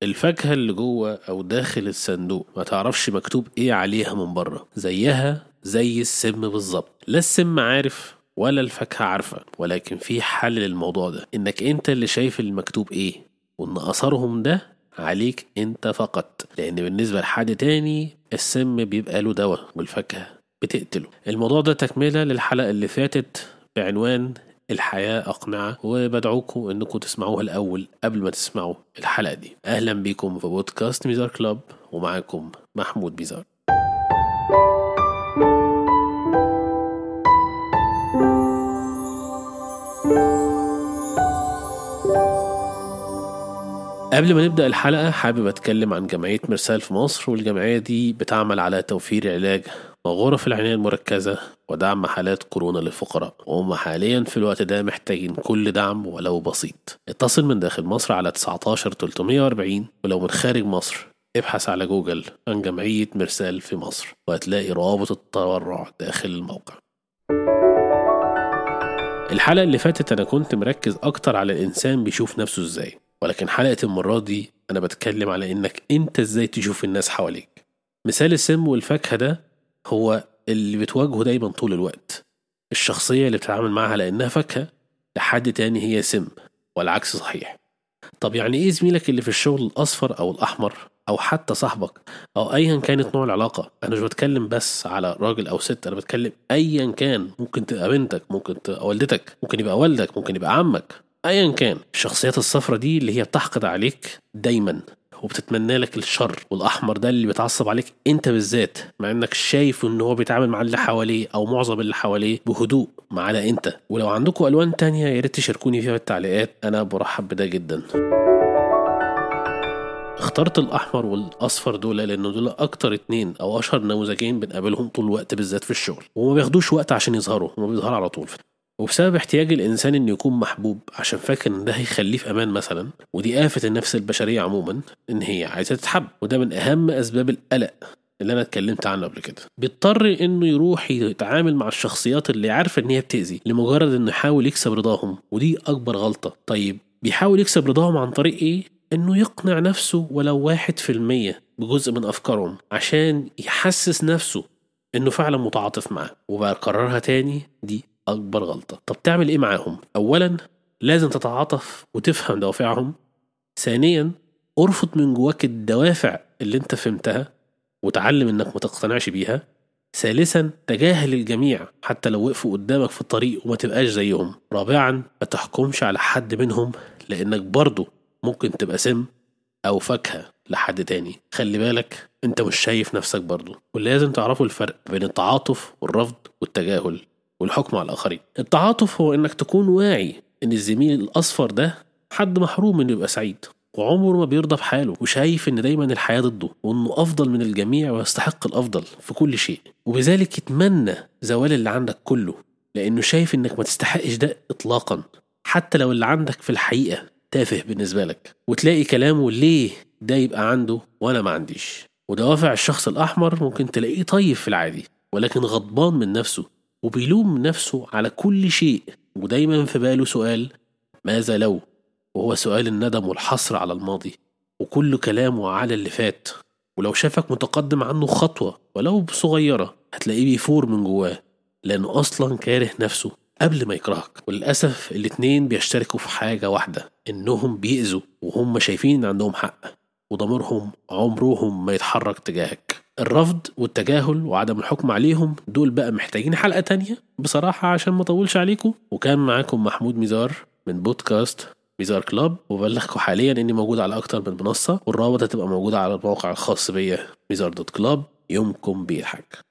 الفاكهة اللي جوه او داخل الصندوق ما تعرفش مكتوب ايه عليها من بره، زيها زي السم بالظبط. لا السم عارف ولا الفاكهة عارفة، ولكن في حل للموضوع ده، انك انت اللي شايف المكتوب ايه، وان اثرهم ده عليك انت فقط. لان بالنسبة لحد تاني السم بيبقى له دواء والفاكهة بتقتله. الموضوع ده تكملة للحلقة اللي فاتت بعنوان الحياة أقنعة، وبدعوكم إنكم تسمعوها الأول قبل ما تسمعوا الحلقة دي. أهلا بكم في بودكاست ميزار كلاب، ومعاكم محمود ميزار. قبل ما نبدأ الحلقة حابب أتكلم عن جمعية مرسال في مصر، والجمعية دي بتعمل على توفير علاج وغرف العناية المركزة ودعم حالات كورونا للفقراء، وهم حاليا في الوقت ده محتاجين كل دعم ولو بسيط. اتصل من داخل مصر على 19 340، ولو من خارج مصر ابحث على جوجل عن جمعية مرسال في مصر وهتلاقي روابط التبرع داخل الموقع. الحلقة اللي فاتت أنا كنت مركز أكتر على الإنسان بيشوف نفسه إزاي، ولكن حلقة المرة دي أنا بتكلم على إنك أنت إزاي تشوف الناس حواليك. مثال السم والفاكهة ده هو اللي بتواجهه دايما طول الوقت. الشخصية اللي بتتعامل معها لأنها فاكهة لحد تاني هي سم، والعكس صحيح. طب يعني إيه زميلك اللي في الشغل الأصفر أو الأحمر، أو حتى صاحبك، أو أيا كانت نوع العلاقة؟ أنا مش بتكلم بس على راجل أو ست، أنا بتكلم أيا كان. ممكن تبقى بنتك، ممكن تبقى والدتك، ممكن يبقى والدك، ممكن يبقى عمك. أيا كان، الشخصيات الصفرة دي اللي هي بتحقد عليك دايما وبتتمنى لك الشر، والأحمر ده اللي بيتعصب عليك أنت بالذات، مع إنك شايف إن هو بيتعامل مع اللي حواليه أو معظم اللي حواليه بهدوء ما عدا أنت. ولو عندكم ألوان تانية يا ريت تشاركوني فيها في التعليقات، أنا برحب بده جدا. اخترت الأحمر والأصفر دول لأن دول أكتر اتنين أو أشهر نموذجين بنقابلهم طول الوقت بالذات في الشغل، وما بياخدوش وقت عشان يظهروا، هما بيظهروا على طول. وبسبب احتياج الإنسان إنه يكون محبوب عشان فاكر إن ده هيخليه في أمان مثلا، ودي آفة النفس البشرية عموما، إن هي عايزة تتحب، وده من أهم أسباب القلق اللي أنا اتكلمت عنه قبل كده. بيضطر إنه يروح يتعامل مع الشخصيات اللي عارفة إن هي بتأذي لمجرد إنه يحاول يكسب رضاهم، ودي أكبر غلطة. طيب بيحاول يكسب رضاهم عن طريق إيه؟ إنه يقنع نفسه ولو 1% بجزء من أفكارهم عشان يحسس نفسه إنه فعلا متعاطف معاه. وبكررها تاني، دي أكبر غلطة. طب تعمل إيه معاهم؟ أولا لازم تتعاطف وتفهم دوافعهم. ثانيا ارفض من جواك الدوافع اللي انت فهمتها وتعلم انك ما تقتنعش بيها. ثالثا تجاهل الجميع حتى لو وقفوا قدامك في الطريق وما تبقاش زيهم. رابعا ما تحكمش على حد منهم لانك برضو ممكن تبقى سم او فاكهة لحد تاني. خلي بالك انت مش شايف نفسك برضو. ولازم تعرفوا الفرق بين التعاطف والرفض والتجاهل والحكم على الآخرين. التعاطف هو انك تكون واعي ان الزميل الاصفر ده حد محروم انه يبقى سعيد وعمره ما بيرضى بحاله، وشايف ان دايما الحياة ضده وانه افضل من الجميع ويستحق الافضل في كل شيء، وبذلك يتمنى زوال اللي عندك كله لانه شايف انك ما تستحقش ده اطلاقا، حتى لو اللي عندك في الحقيقة تافه بالنسبة لك. وتلاقي كلامه ليه ده يبقى عنده وانا ما عنديش. ودوافع الشخص الاحمر ممكن تلاقيه طيب في العادي ولكن غضبان من نفسه وبيلوم نفسه على كل شيء، ودايما في باله سؤال ماذا لو، وهو سؤال الندم والحسرة على الماضي، وكل كلامه على اللي فات. ولو شافك متقدم عنه خطوة ولو صغيرة هتلاقيه بيفور من جواه لأنه أصلا كاره نفسه قبل ما يكرهك. وللأسف الاتنين بيشتركوا في حاجة واحدة، إنهم بيأذوا وهم شايفين إن عندهم حق، وضميرهم عمرهم ما يتحرك تجاهك. الرفض والتجاهل وعدم الحكم عليهم دول بقى محتاجين حلقة تانية بصراحة عشان ما طولش عليكم. وكان معاكم محمود ميزار من بودكاست ميزار كلاب، وبلغكم حاليا اني موجود على اكتر من منصة، والرابط هتبقى موجودة على الموقع الخاص بيا ميزار.كلاب. يومكم بيضحك.